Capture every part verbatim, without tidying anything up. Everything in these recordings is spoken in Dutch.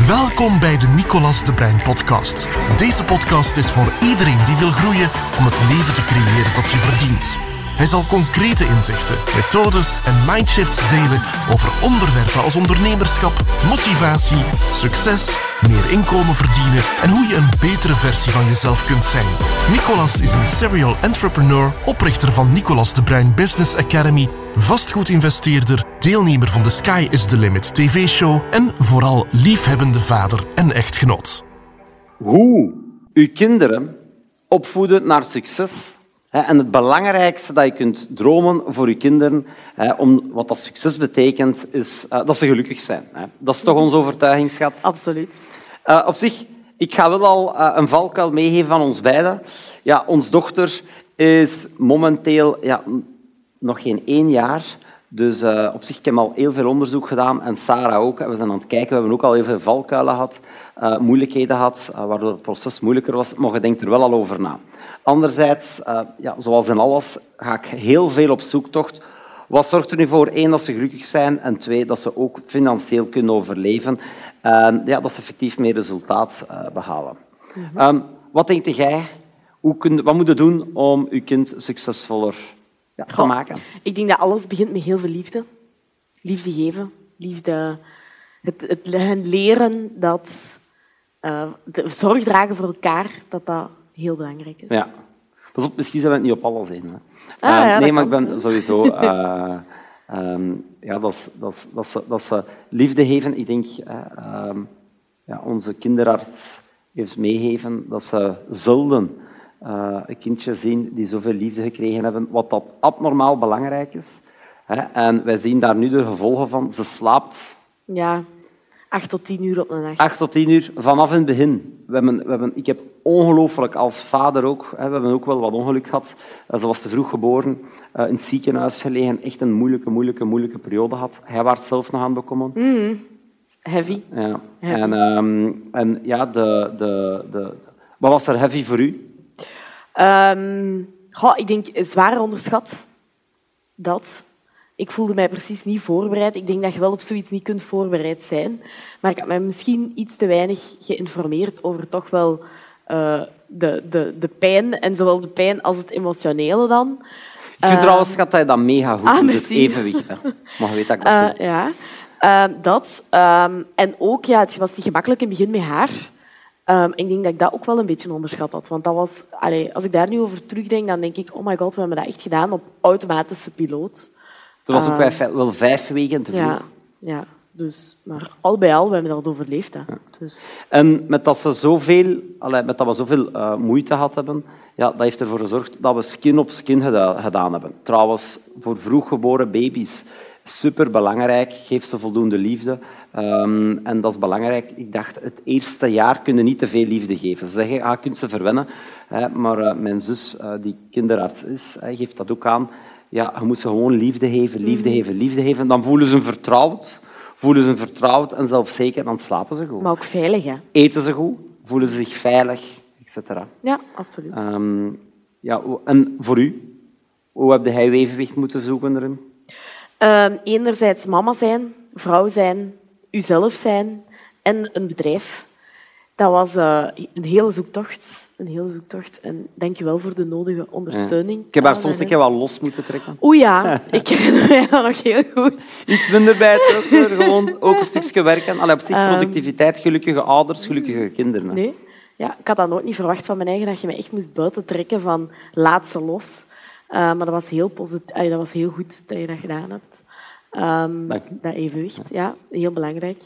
Welkom bij de Nicolas de Bruin podcast. Deze podcast is voor iedereen die wil groeien om het leven te creëren dat je verdient. Hij zal concrete inzichten, methodes en mindshifts delen over onderwerpen als ondernemerschap, motivatie, succes, meer inkomen verdienen en hoe je een betere versie van jezelf kunt zijn. Nicolas is een serial entrepreneur, oprichter van Nicolas de Bruin Business Academy, vastgoedinvesteerder, deelnemer van de Sky is the Limit tv-show en vooral liefhebbende vader en echtgenoot. Hoe uw kinderen opvoeden naar succes. En het belangrijkste dat je kunt dromen voor je kinderen, om wat dat succes betekent, is dat ze gelukkig zijn. Dat is toch onze overtuiging, schat? Absoluut. Uh, op zich, ik ga wel al uh, een valkuil meegeven van ons beiden. Ja, ons dochter is momenteel ja, nog geen één jaar. Dus uh, op zich, ik heb al heel veel onderzoek gedaan en Sarah ook. We zijn aan het kijken, we hebben ook al heel veel valkuilen gehad, uh, moeilijkheden gehad, uh, waardoor het proces moeilijker was. Maar je denkt er wel al over na. Anderzijds, uh, ja, zoals in alles, ga ik heel veel op zoektocht. Wat zorgt er nu voor? Één, dat ze gelukkig zijn. En twee, dat ze ook financieel kunnen overleven. En ja, dat ze effectief meer resultaat uh, behalen. Mm-hmm. Um, wat denk jij? Hoe kun, wat moet je doen om je kind succesvoller ja, te Goh, maken? Ik denk dat alles begint met heel veel liefde. Liefde geven. Liefde, het, het hen leren dat uh, de zorg dragen voor elkaar, dat dat heel belangrijk is. Ja. Pas op, misschien zijn we het niet op alles in. Hè. Ah, uh, ja, nee, maar kan. ik ben sowieso... Uh, um, ja, dat, is, dat, is, dat, ze, dat ze liefde geven. Ik denk, uh, um, ja, onze kinderarts heeft meegeven dat ze zelden uh, een kindje zien die zoveel liefde gekregen hebben, wat dat abnormaal belangrijk is. Hè. En wij zien daar nu de gevolgen van. Ze slaapt... Ja, acht tot tien uur op een nacht. Acht tot tien uur, vanaf in het begin. We hebben, we hebben, ik heb ongelooflijk als vader ook, hè, we hebben ook wel wat ongeluk gehad. Uh, ze was te vroeg geboren, uh, in het ziekenhuis gelegen, echt een moeilijke, moeilijke, moeilijke periode had. Hij was zelf nog aan het bekomen. Mm. Heavy. Ja. Heavy. En, um, en ja, de, de, de, wat was er heavy voor u? Um, goh, ik denk zwaar onderschat. Dat... Ik voelde mij precies niet voorbereid. Ik denk dat je wel op zoiets niet kunt voorbereid zijn. Maar ik had mij misschien iets te weinig geïnformeerd over toch wel uh, de, de, de pijn. En zowel de pijn als het emotionele dan. Ik vind uh, trouwens, schat, dat je dat mega goed ah, doet, het merci. evenwicht. Hè. Maar je weet dat ik dat uh, vind. Ja, uh, dat. Um, en ook, ja, het was niet gemakkelijk in het begin met haar. Um, ik denk dat ik dat ook wel een beetje onderschat had. Want dat was, allee, als ik daar nu over terugdenk, dan denk ik, oh my god, we hebben dat echt gedaan op automatische piloot. Het was ook uh, wel vijf weken te veel. Ja, ja, dus, maar al bij al, we hebben dat overleefd. Hè. Ja. Dus. En met dat, ze zoveel, allee, met dat we zoveel uh, moeite gehad hebben, ja, dat heeft ervoor gezorgd dat we skin op skin geda- gedaan hebben. Trouwens, voor vroeggeboren baby's, superbelangrijk, geef ze voldoende liefde. Um, en dat is belangrijk. Ik dacht, het eerste jaar kun je niet te veel liefde geven. Ze zeggen, ah, je kunt ze verwennen. Hè, maar uh, mijn zus, uh, die kinderarts is, uh, geeft dat ook aan. Ja, je moet ze gewoon liefde geven, liefde geven, liefde geven. Dan voelen ze zich vertrouwd, voelen ze zich vertrouwd en zelfzeker. Dan slapen ze goed. Maar ook veilig, hè? Eten ze goed, voelen ze zich veilig, et cetera. Ja, absoluut. Um, ja, en voor u, hoe heb jij uw evenwicht moeten zoeken erin? Um, enerzijds mama zijn, vrouw zijn, uzelf zijn en een bedrijf. Dat was uh, een hele zoektocht. Een hele zoektocht. En dank je wel voor de nodige ondersteuning. Ja. Ik heb haar soms een keer wel los moeten trekken. Oeh ja, ik herinner mij dat nog heel goed. Iets minder bij het ook, gewoon ook een stukje werken. Allee, op zich productiviteit, gelukkige ouders, gelukkige kinderen. Nee, ja, ik had dat nooit niet verwacht van mijn eigen, dat je me echt moest buiten trekken van laat ze los. Uh, maar dat was, heel posit- Allee, dat was heel goed dat je dat gedaan hebt. Um, Dank je. Dat evenwicht, ja, heel belangrijk.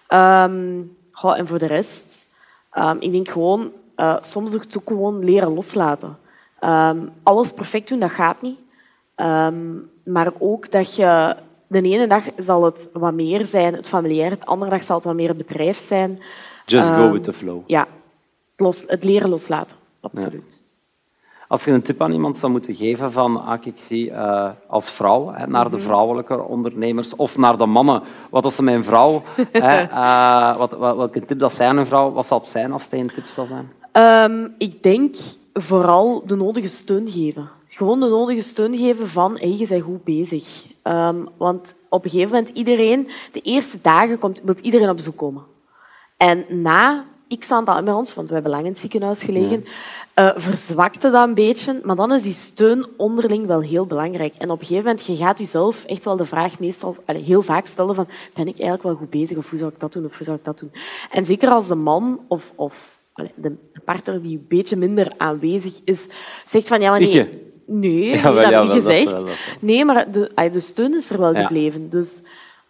Um, goh, en voor de rest... Um, ik denk gewoon, uh, soms ook gewoon leren loslaten. Um, alles perfect doen, dat gaat niet. Um, maar ook dat je... De ene dag zal het wat meer zijn, het familiair. De andere dag zal het wat meer het bedrijf zijn. Just um, go with the flow. Ja, het, los, het leren loslaten, absoluut. Ja. Als je een tip aan iemand zou moeten geven van, ah, ik zie uh, als vrouw, hè, naar de vrouwelijke ondernemers of naar de mannen, wat is mijn vrouw? hè, uh, wat, wat, welke tip dat zij aan een vrouw, wat zou het zijn als het een tip zou zijn? Um, ik denk vooral de nodige steun geven. Gewoon de nodige steun geven van, hey, je bent goed bezig. Um, want op een gegeven moment, iedereen, de eerste dagen komt, wil iedereen op bezoek komen. En na x aantal bij ons, want we hebben lang in het ziekenhuis gelegen, ja. uh, verzwakte dat een beetje. Maar dan is die steun onderling wel heel belangrijk. En op een gegeven moment, je gaat jezelf echt wel de vraag meestal allez, heel vaak stellen van ben ik eigenlijk wel goed bezig of hoe zou ik dat doen of hoe zou ik dat doen? En zeker als de man of, of allez, de, de partner die een beetje minder aanwezig is, zegt van ja, maar nee, nee, ja, dat ja, heb ik niet gezegd. Dat is, dat is. Nee, maar de, de steun is er wel ja. gebleven. Dus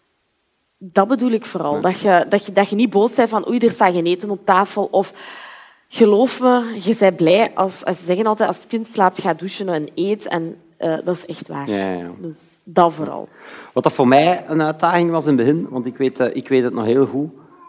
dat bedoel ik vooral. Ja. Dat, je, dat, je, dat je niet boos bent van oei, er staat geen eten op tafel. Of geloof me, je bent blij als, als ze zeggen altijd als het kind slaapt, ga douchen en eet. En uh, dat is echt waar. Ja, ja. Dus dat vooral. Wat dat voor mij een uitdaging was in het begin, want ik weet, uh, ik weet het nog heel goed.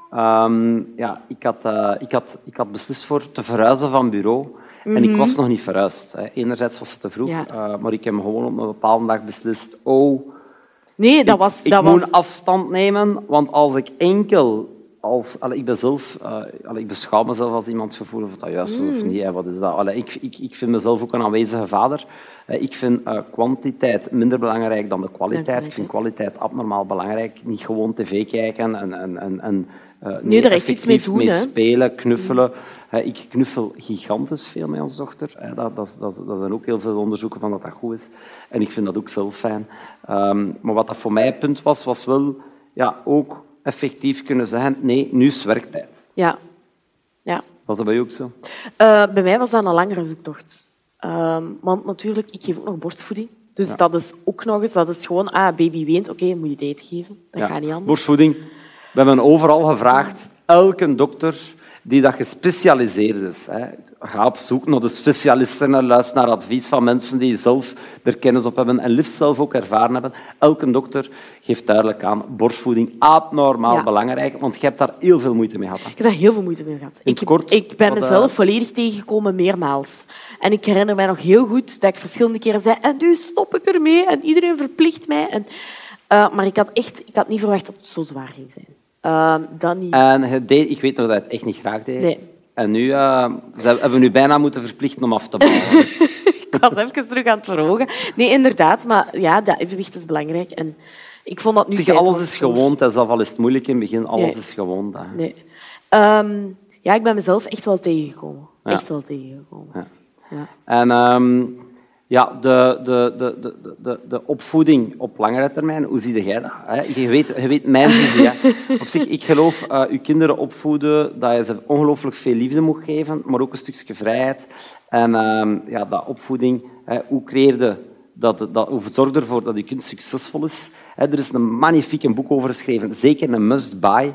Um, ja, ik, had, uh, ik, had, ik had beslist voor te verhuizen van bureau. Mm-hmm. En ik was nog niet verhuisd. Hè. Enerzijds was het te vroeg, ja. uh, maar ik heb gewoon op een bepaalde dag beslist... Oh, nee, dat was... Ik, dat ik moet was... afstand nemen, want als ik enkel... Als, allee, ik, ben zelf, uh, allee, ik beschouw mezelf als iemand gevoel of dat juist is mm. of niet. Hè, wat is dat? Allee, ik, ik, ik vind mezelf ook een aanwezige vader. Uh, ik vind uh, kwantiteit minder belangrijk dan de kwaliteit. Ja, ik vind kwaliteit abnormaal belangrijk. Niet gewoon tv kijken en... en, en, en uh, nee, nee, er echt iets mee doen. Mee spelen, knuffelen. Mm. Uh, ik knuffel gigantisch veel met onze dochter. Uh, dat, dat, dat, dat zijn ook heel veel onderzoeken van dat dat goed is. En ik vind dat ook zelf fijn. Um, maar wat dat voor mij het punt was, was wel ja, ook... effectief kunnen zeggen, nee, nu is werktijd. Ja. ja. Was dat bij jou ook zo? Uh, bij mij was dat een langere zoektocht. Uh, want natuurlijk, ik geef ook nog borstvoeding. Dus ja. dat is ook nog eens, dat is gewoon, ah, baby weent, oké, okay, moet je het eten geven. Dat ja. gaat niet anders. Borstvoeding, we hebben overal gevraagd, elke dokter die dat gespecialiseerd is. Hè. Ga op zoek naar de specialisten en luister naar advies van mensen die zelf er kennis op hebben en liefst zelf ook ervaren hebben. Elke dokter geeft duidelijk aan, borstvoeding abnormaal ja. belangrijk, want je hebt daar heel veel moeite mee gehad. Hè. Ik heb daar heel veel moeite mee gehad. Ik, kort, ik ben er zelf uh... volledig tegengekomen, meermaals. En ik herinner mij nog heel goed dat ik verschillende keren zei en nu stop ik ermee en iedereen verplicht mij. En, uh, maar ik had, echt, ik had niet verwacht dat het zo zwaar ging zijn. Uh, dan niet. En het deed, ik weet nog dat je het echt niet graag deed. Nee. En nu uh, ze hebben we nu bijna moeten verplichten om af te bouwen. Ik was even terug aan het verhogen. Nee, inderdaad, maar ja, dat evenwicht is belangrijk. En ik vond dat nu zeg, alles is gewoonte, zelf al is het moeilijk in het begin, alles nee. is gewoonte. Nee. Um, ja, ik ben mezelf echt wel tegengekomen. Ja. Echt wel tegengekomen. Ja. Ja. En um, ja, de, de, de, de, de, de opvoeding op langere termijn, hoe zie jij dat? Je weet, je weet mijn visie. Hè? Op zich, ik geloof, uh, je kinderen opvoeden, dat je ze ongelooflijk veel liefde moet geven, maar ook een stukje vrijheid. En um, ja, dat opvoeding, hè, hoe creëerde dat, dat, hoe zorg ervoor dat je kind succesvol is? Hè, er is een magnifiek boek over geschreven, zeker een must-buy.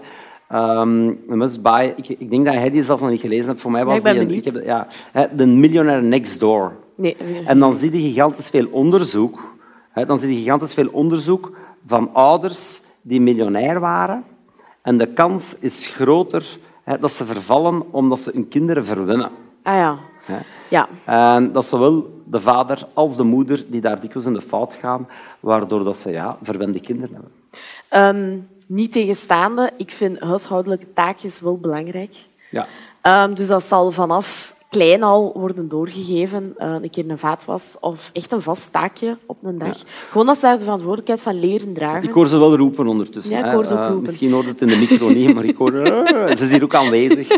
Um, een must-buy. Ik, ik denk dat jij die zelf nog niet gelezen hebt. Voor mij was ja, ik ben die een, ik heb, ja, The Millionaire Next Door. Nee. En dan zie je gigantisch veel onderzoek. Hè, dan zie je gigantisch veel onderzoek van ouders die miljonair waren. En de kans is groter hè, dat ze vervallen omdat ze hun kinderen verwennen. Ah ja. Hè. Ja. En dat is zowel de vader als de moeder die daar dikwijls in de fout gaan, waardoor dat ze ja, verwende kinderen hebben. Um, niet tegenstaande, ik vind huishoudelijke taakjes wel belangrijk. Ja. Um, dus dat zal vanaf klein al worden doorgegeven. Uh, een keer een vaatwas of echt een vast taakje op een dag. Ja. Gewoon dat ze daar de verantwoordelijkheid van leren dragen. Ik hoor ze wel roepen ondertussen. Ja, ik hoor ze ook roepen. Uh, misschien hoort het in de micro niet, maar ik hoor... Uh, ze is hier ook aanwezig.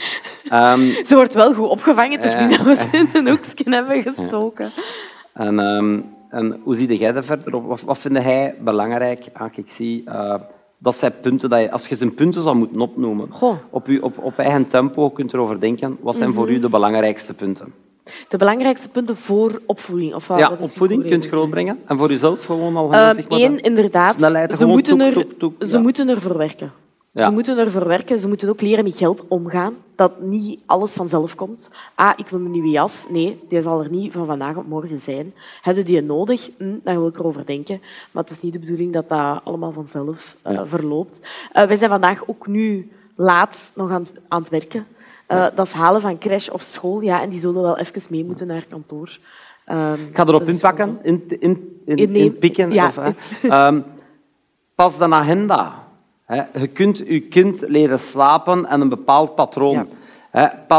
Um, ze wordt wel goed opgevangen, het is uh, niet dat we ze in een hoekje hebben gestoken. Uh, en, um, en hoe zie jij dat verder? Wat, wat vind jij belangrijk? Ah, ik zie... Uh, dat zijn punten dat je, als je zijn punten zou moeten opnoemen, op, je, op, op eigen tempo kunt erover denken, wat zijn mm-hmm. voor u de belangrijkste punten? De belangrijkste punten voor opvoeding? Of ja, opvoeding kunt je grootbrengen. En voor jezelf gewoon al... Uh, zeg maar Eén, inderdaad. Snelheid, ze moeten, toek, er, toek, toek, ze ja. moeten ervoor werken. Ja. Ze moeten ervoor werken. Ze moeten ook leren met geld omgaan. Dat niet alles vanzelf komt. Ah, ik wil een nieuwe jas. Nee, die zal er niet van vandaag op morgen zijn. Hebben die nodig? Hm, daar wil ik erover denken. Maar het is niet de bedoeling dat dat allemaal vanzelf uh, ja. verloopt. Uh, wij zijn vandaag ook nu laat nog aan, aan het werken. Uh, ja. Dat is halen van crash of school. Ja, en die zullen wel even mee moeten naar kantoor. Um, ik ga erop inpakken. In, in, in, in, in pikken. Ja. Of, um, pas de agenda. Je kunt je kind leren slapen en een bepaald patroon. Ja. Pas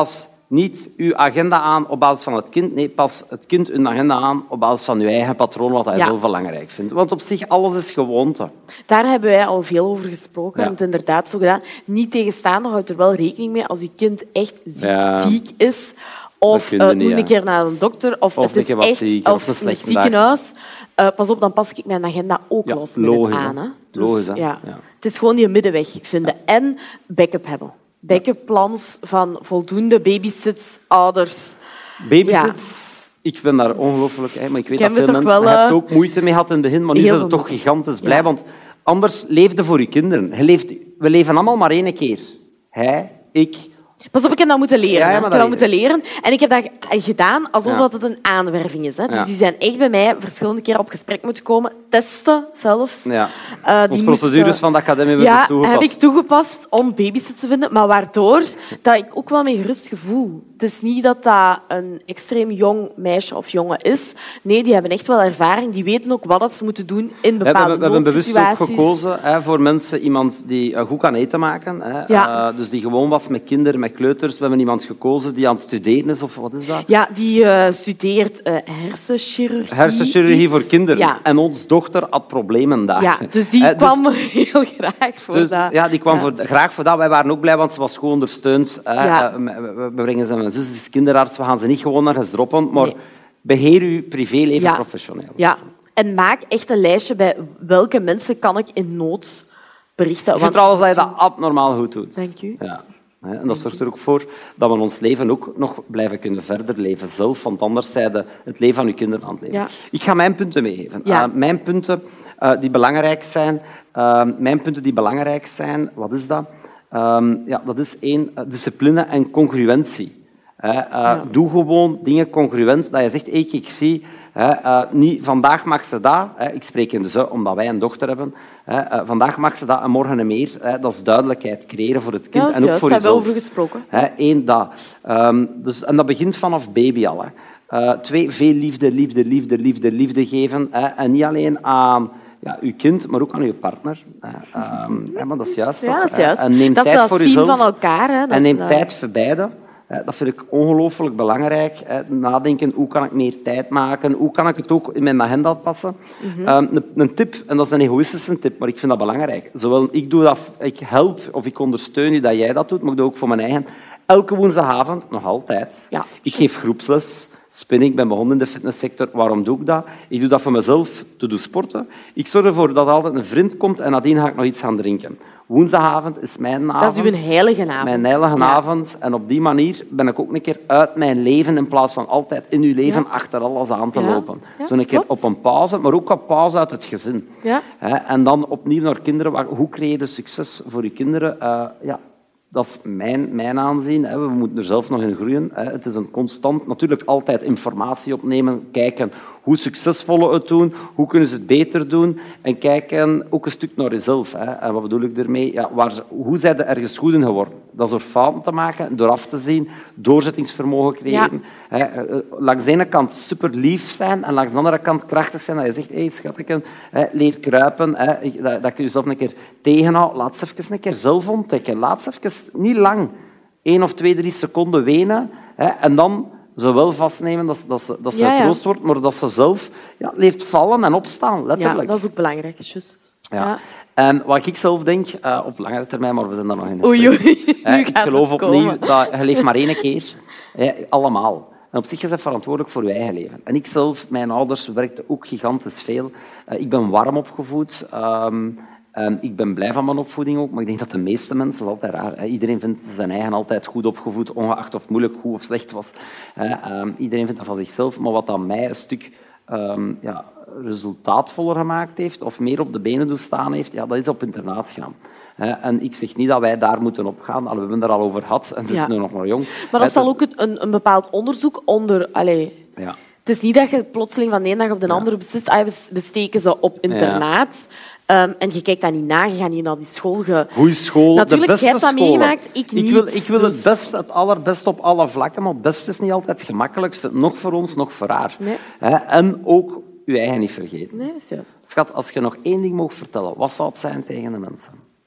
niet uw agenda aan op basis van het kind. Nee, pas het kind uw agenda aan op basis van uw eigen patroon, wat hij Ja. zelf belangrijk vindt. Want op zich, alles is gewoonte. Daar hebben wij al veel over gesproken. We Ja. hebben het inderdaad zo gedaan. Niet tegenstaande, houd er wel rekening mee als je kind echt ziek, Ja. ziek is. Of kun je uh, niet, moet ja. een keer naar een dokter. Of, Of het een is keer wat echt, ziek, of of een in het slechte dag. ziekenhuis. Uh, pas op, dan pas ik mijn agenda ook Ja, los met logisch, het aan. hè. Hè. Dus, Logisch, hè. ja. Ja. Het is gewoon die middenweg vinden. En backup hebben. Backup plans van voldoende babysits, ouders. Babysits, ik ben daar ongelooflijk... Hè, maar ik weet Ik dat heb veel het mensen... toch wel, Je hebt uh, ook moeite mee gehad in het begin, maar nu heel zijn ze veel toch moeite. gigantisch blij. Ja. Want anders leefde voor je kinderen. Je leeft, we leven allemaal maar één keer. Hij, ik... Pas op, ik heb dat moeten leren. Ja, ja, hè. maar Ik heb dat dat- moeten leren. En ik heb dat ge- gedaan alsof Ja. dat het een aanwerving is. Hè. Dus Ja. die zijn echt bij mij verschillende keren op gesprek moeten komen. Testen zelfs. Ja. Uh, die Onze procedures moesten- van de academie werden Ja, dus toegepast. heb ik toegepast om babysit te vinden, maar waardoor dat ik ook wel met gerust gevoel. Het is niet dat dat een extreem jong meisje of jongen is. Nee, die hebben echt wel ervaring. Die weten ook wat dat ze moeten doen in Ja, we, bepaalde hebben, we hebben bewust ook noodsituaties. gekozen hè, voor mensen, iemand die uh, goed kan eten maken. Hè, Ja. uh, dus die gewoon was met kinderen, met kleuters. We hebben iemand gekozen die aan het studeren is, of wat is dat? Ja, die uh, studeert uh, hersenchirurgie. Hersenchirurgie iets. voor kinderen. Ja. En ons dochter had problemen daar. Ja, dus die Hè, kwam heel graag voor Dus, dat. ja, die kwam Ja. Voor, graag voor dat. Wij waren ook blij, want ze was goed ondersteund. Hè. Ja. Uh, we, we- we brengen ze met mijn zus, die is kinderarts. We gaan ze niet gewoon ergens droppen, maar Nee. beheer uw privéleven Ja. professioneel. Ja, en maak echt een lijstje bij welke mensen kan ik in nood berichten. Ik vind Want- trouwens dat je dat abnormaal goed doet. Dank u. Ja. Hè, En dat zorgt er ook voor dat we ons leven ook nog blijven kunnen verder leven zelf, want anders zijn je het leven van je kinderen aan het leven. Ja. Ik ga mijn punten meegeven. Ja. Uh, mijn punten uh, die belangrijk zijn, uh, mijn punten die belangrijk zijn, wat is dat? Um, ja, dat is één, uh, discipline en congruentie. Hè, uh, Ja. Doe gewoon dingen congruent, dat je zegt, hey, ik zie... Hè, uh, niet, vandaag mag ze dat. Hè, ik spreek in de ze, omdat wij een dochter hebben. Hè, uh, vandaag mag ze dat en morgen een meer. Hè, dat is duidelijkheid creëren voor het kind Ja, dat is en ook juist, voor daar hebben we jezelf. over gesproken. Hè, één, dat. Um, dus, en dat begint vanaf baby al. Hè. Uh, twee, veel liefde, liefde, liefde, liefde, liefde geven. Hè, en niet alleen aan ja, uw kind, maar ook aan uw partner. Hè. Um, hè, maar dat is juist. Ja, toch? dat is juist. En neem Dat is tijd dat voor zien jezelf. van elkaar. Hè. Dat En is neem dat- tijd voor beiden. Hè, Dat vind ik ongelooflijk belangrijk. Hè. Nadenken, hoe kan ik meer tijd maken? Hoe kan ik het ook in mijn agenda passen? Mhm. Um, een, een tip, en dat is een egoïstische tip, maar ik vind dat belangrijk. Zowel ik, doe dat, ik help of ik ondersteun je dat jij dat doet, maar ik doe ook voor mijn eigen. Elke woensdagavond, nog altijd. Ja. Ik geef groepsles. Spinning, ik ben begonnen in de fitnesssector. Waarom doe ik dat? Ik doe dat voor mezelf, te doen sporten. Ik zorg ervoor dat er altijd een vriend komt en nadien ga ik nog iets gaan drinken. Woensdagavond is mijn avond. Dat is uw heilige avond. Mijn heilige Ja. avond. En op die manier ben ik ook een keer uit mijn leven in plaats van altijd in uw leven Ja. achter alles aan te Ja. lopen. Ja, Zo een keer klopt. op een pauze, maar ook op pauze uit het gezin. Ja. Hè, En dan opnieuw naar kinderen. Wa- Hoe creëer je succes voor je kinderen? Eh, ja, dat is mijn, mijn aanzien. Hè. We moeten er zelf nog in groeien. Hè. Het is een constant, natuurlijk altijd informatie opnemen, kijken hoe succesvollen het doen, hoe kunnen ze het beter doen en kijken ook een stuk naar jezelf. Hè. En wat bedoel ik ermee? Ja, waar, hoe zijn ze ergens goed in geworden? Dat is door fouten te maken, door af te zien, doorzettingsvermogen creëren. Hè. Eh, Langs de ene kant super lief zijn en langs de andere kant krachtig zijn. Dat je zegt, hé hey, schatje, hè, leer kruipen. Hè. Ik- Dat, dat je jezelf een keer tegenhoudt. Laat ze even een keer zelf ontdekken. Laat ze even niet lang, één of twee, drie seconden wenen. Hè, en dan ze wel vastnemen dat, ze- dat ze, dat ze Ja, ja. getroost wordt, maar dat ze zelf ja, leert vallen en opstaan, Ja, letterlijk. dat is ook belangrijk. Juist. Ja. Ja. En wat ik zelf denk, uh, op langere termijn, maar we zijn daar nog in het Oei, gesprek. oei. Hè, Nu ik gaat geloof het opnieuw komen. dat je leeft maar één keer. Hè, allemaal. En op zich is het verantwoordelijk voor je eigen leven. En ik zelf, mijn ouders, werkten ook gigantisch veel. Uh, ik ben warm opgevoed. Um, um, ik ben blij van mijn opvoeding ook. Maar ik denk dat de meeste mensen, dat is altijd raar, hè, iedereen vindt zijn eigen altijd goed opgevoed, ongeacht of het moeilijk, goed of slecht was. Hè, um, iedereen vindt dat van zichzelf. Maar wat aan mij een stuk um, ja, resultaatvoller gemaakt heeft, of meer op de benen doen staan heeft, ja, dat is op internaat gaan. Hè, en ik zeg niet dat wij daar moeten op gaan. Allee, we hebben er al over gehad en ze Ja. is nu nog maar jong. Maar Hè, dat zal dus- ook een, een bepaald onderzoek onder... Allee, Ja. het is niet dat je plotseling van de ene dag op de andere beslist, ah, we we steken ze op internaat. Um, en je kijkt dat niet na, je gaat niet naar die school. Je... Goeie school, Natuurlijk, de beste jij hebt dat scholen. meegemaakt, ik niet, wil, ik wil dus- het best, het allerbeste op alle vlakken, maar het beste is niet altijd het gemakkelijkste. Nog voor ons, nog voor haar. Nee. Hè, en ook je eigen niet vergeten. Nee, dat is juist. Schat, als je nog één ding mag vertellen, wat zou het zijn tegen de mensen?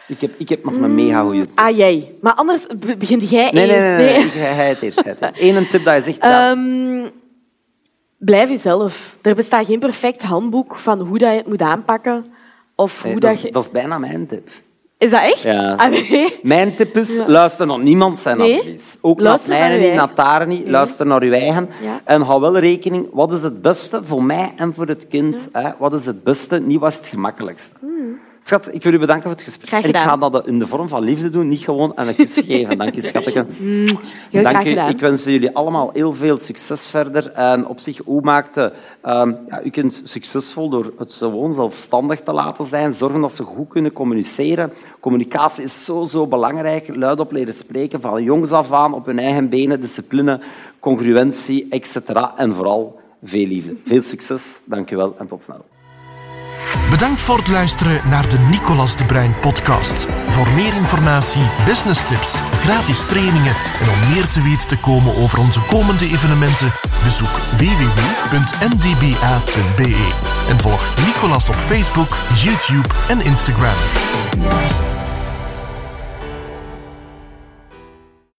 Ik heb, ik heb nog een mega goeie tip. Ah, jij. Maar anders be- begin jij Nee, nee, eens. nee. nee. Ik ga hij het eerst. hij het eerst. Eén tip dat je zegt... Ja, Ehm, blijf jezelf. Er bestaat geen perfect handboek van hoe dat je het moet aanpakken. Of hoe nee, dat dat, is, je... dat is bijna mijn tip. Is dat echt? Ja. Ah, nee. Mijn tip is, Ja. luister naar niemand zijn Nee. advies. Ook Luister naar naar mij je niet, eigen. naar Tara niet. Luister naar uw eigen. Ja. En hou wel rekening, wat is het beste voor mij en voor het kind? Hè? Wat is het beste, niet wat is het gemakkelijkste? Schat, ik wil u bedanken voor het gesprek. Graag En ik gedaan. ga dat in de vorm van liefde doen, niet gewoon aan een kus geven. Dank je, schatje. Heel Dank graag u. gedaan. Ik wens jullie allemaal heel veel succes verder. En op zich, hoe maakt het... Um, ja, u kunt succesvol door het gewoon zelfstandig te laten zijn. Zorgen dat ze goed kunnen communiceren. Communicatie is zo, zo belangrijk. Luidop leren spreken, van jongs af aan, op hun eigen benen, discipline, congruentie, et cetera. En vooral veel liefde. Veel succes, dank u wel en tot snel. Bedankt voor het luisteren naar de Nicolas de Bruin podcast. Voor meer informatie, business tips, gratis trainingen en om meer te weten te komen over onze komende evenementen, bezoek w w w punt n d b a punt b e en volg Nicolas op Facebook, YouTube en Instagram.